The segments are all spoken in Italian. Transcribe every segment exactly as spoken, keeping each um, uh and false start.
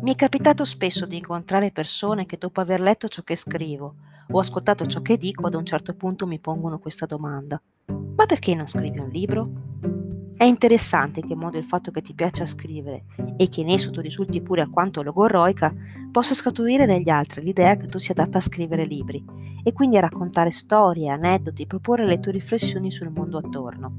Mi è capitato spesso di incontrare persone che dopo aver letto ciò che scrivo o ascoltato ciò che dico, ad un certo punto mi pongono questa domanda: ma perché non scrivi un libro? È interessante in che modo il fatto che ti piaccia scrivere e che in esso tu risulti pure alquanto logorroica possa scaturire negli altri l'idea che tu sia adatta a scrivere libri e quindi a raccontare storie, aneddoti, proporre le tue riflessioni sul mondo attorno.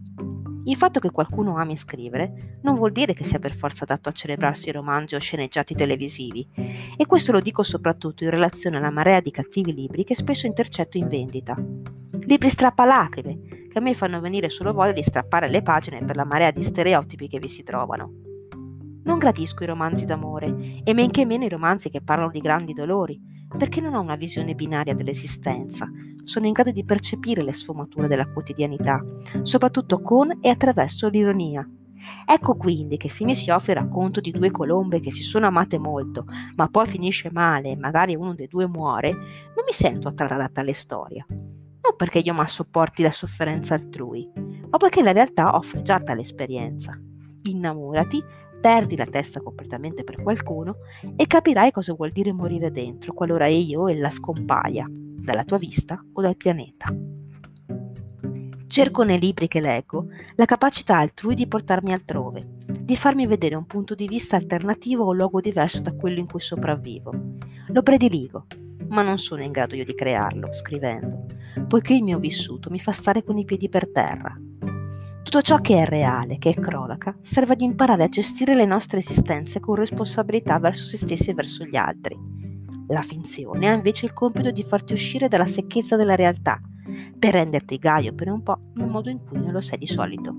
Il fatto che qualcuno ami scrivere non vuol dire che sia per forza adatto a celebrarsi romanzi o sceneggiati televisivi, e questo lo dico soprattutto in relazione alla marea di cattivi libri che spesso intercetto in vendita. Libri strappalacrime, che a me fanno venire solo voglia di strappare le pagine per la marea di stereotipi che vi si trovano. Non gradisco i romanzi d'amore, e men che meno i romanzi che parlano di grandi dolori, perché non ho una visione binaria dell'esistenza. Sono in grado di percepire le sfumature della quotidianità, soprattutto con e attraverso l'ironia. Ecco quindi che se mi si offre il racconto di due colombe che si sono amate molto, ma poi finisce male e magari uno dei due muore, non mi sento attratta da tale storia. Non perché io mal sopporti la sofferenza altrui, ma perché la realtà offre già tale esperienza. Innamorati, perdi la testa completamente per qualcuno e capirai cosa vuol dire morire dentro qualora io o ella scompaia dalla tua vista o dal pianeta. Cerco nei libri che leggo la capacità altrui di portarmi altrove, di farmi vedere un punto di vista alternativo o un luogo diverso da quello in cui sopravvivo. Lo prediligo, ma non sono in grado io di crearlo, scrivendo, poiché il mio vissuto mi fa stare con i piedi per terra. Tutto ciò che è reale, che è cronaca, serve ad imparare a gestire le nostre esistenze con responsabilità verso se stessi e verso gli altri. La finzione ha invece il compito di farti uscire dalla secchezza della realtà, per renderti gaio per un po' nel modo in cui non lo sei di solito.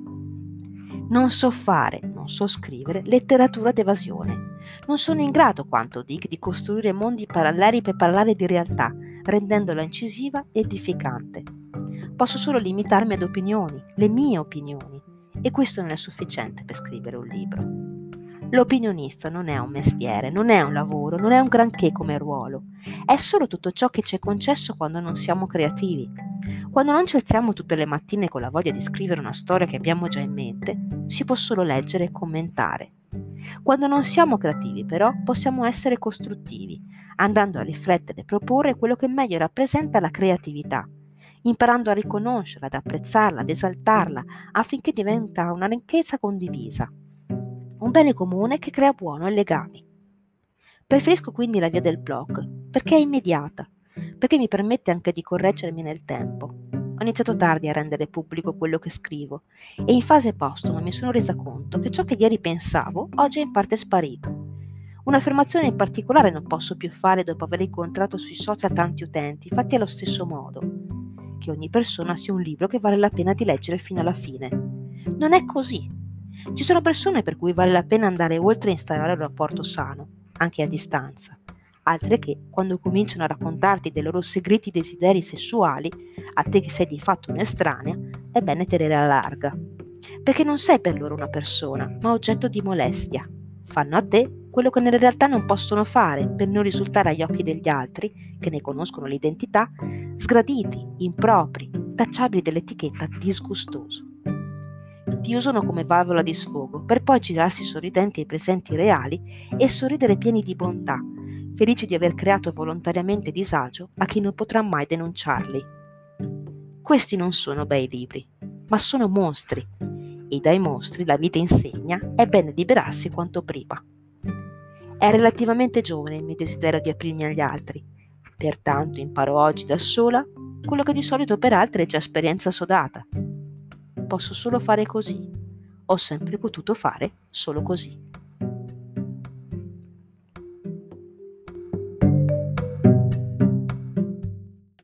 Non so fare, non so scrivere letteratura d'evasione. Non sono in grado, quanto Dick, di costruire mondi paralleli per parlare di realtà, rendendola incisiva e edificante. Posso solo limitarmi ad opinioni, le mie opinioni, e questo non è sufficiente per scrivere un libro. L'opinionista non è un mestiere, non è un lavoro, non è un granché come ruolo. È solo tutto ciò che ci è concesso quando non siamo creativi. Quando non ci alziamo tutte le mattine con la voglia di scrivere una storia che abbiamo già in mente, si può solo leggere e commentare. Quando non siamo creativi, però, possiamo essere costruttivi, andando a riflettere e proporre quello che meglio rappresenta la creatività, imparando a riconoscerla, ad apprezzarla, ad esaltarla, affinché diventa una ricchezza condivisa, un bene comune che crea buono e legami. Preferisco quindi la via del blog, perché è immediata, perché mi permette anche di correggermi nel tempo. Ho iniziato tardi a rendere pubblico quello che scrivo e in fase postuma mi sono resa conto che ciò che ieri pensavo oggi è in parte sparito. Un'affermazione in particolare non posso più fare dopo aver incontrato sui social tanti utenti fatti allo stesso modo: che ogni persona sia un libro che vale la pena di leggere fino alla fine. Non è così. Ci sono persone per cui vale la pena andare oltre e instaurare un rapporto sano, anche a distanza. Altre che, quando cominciano a raccontarti dei loro segreti desideri sessuali, a te che sei di fatto un'estranea, è bene tenere alla larga. Perché non sei per loro una persona, ma oggetto di molestia. Fanno a te quello che nella realtà non possono fare per non risultare agli occhi degli altri, che ne conoscono l'identità, sgraditi, impropri, tacciabili dell'etichetta disgustoso. Ti usano come valvola di sfogo per poi girarsi sorridenti ai presenti reali e sorridere pieni di bontà, felici di aver creato volontariamente disagio a chi non potrà mai denunciarli. Questi non sono bei libri, ma sono mostri, e dai mostri la vita insegna è bene liberarsi quanto prima. È relativamente giovane il mio desiderio di aprirmi agli altri, pertanto imparo oggi da sola quello che di solito per altri è già esperienza sodata. Posso solo fare così. Ho sempre potuto fare solo così.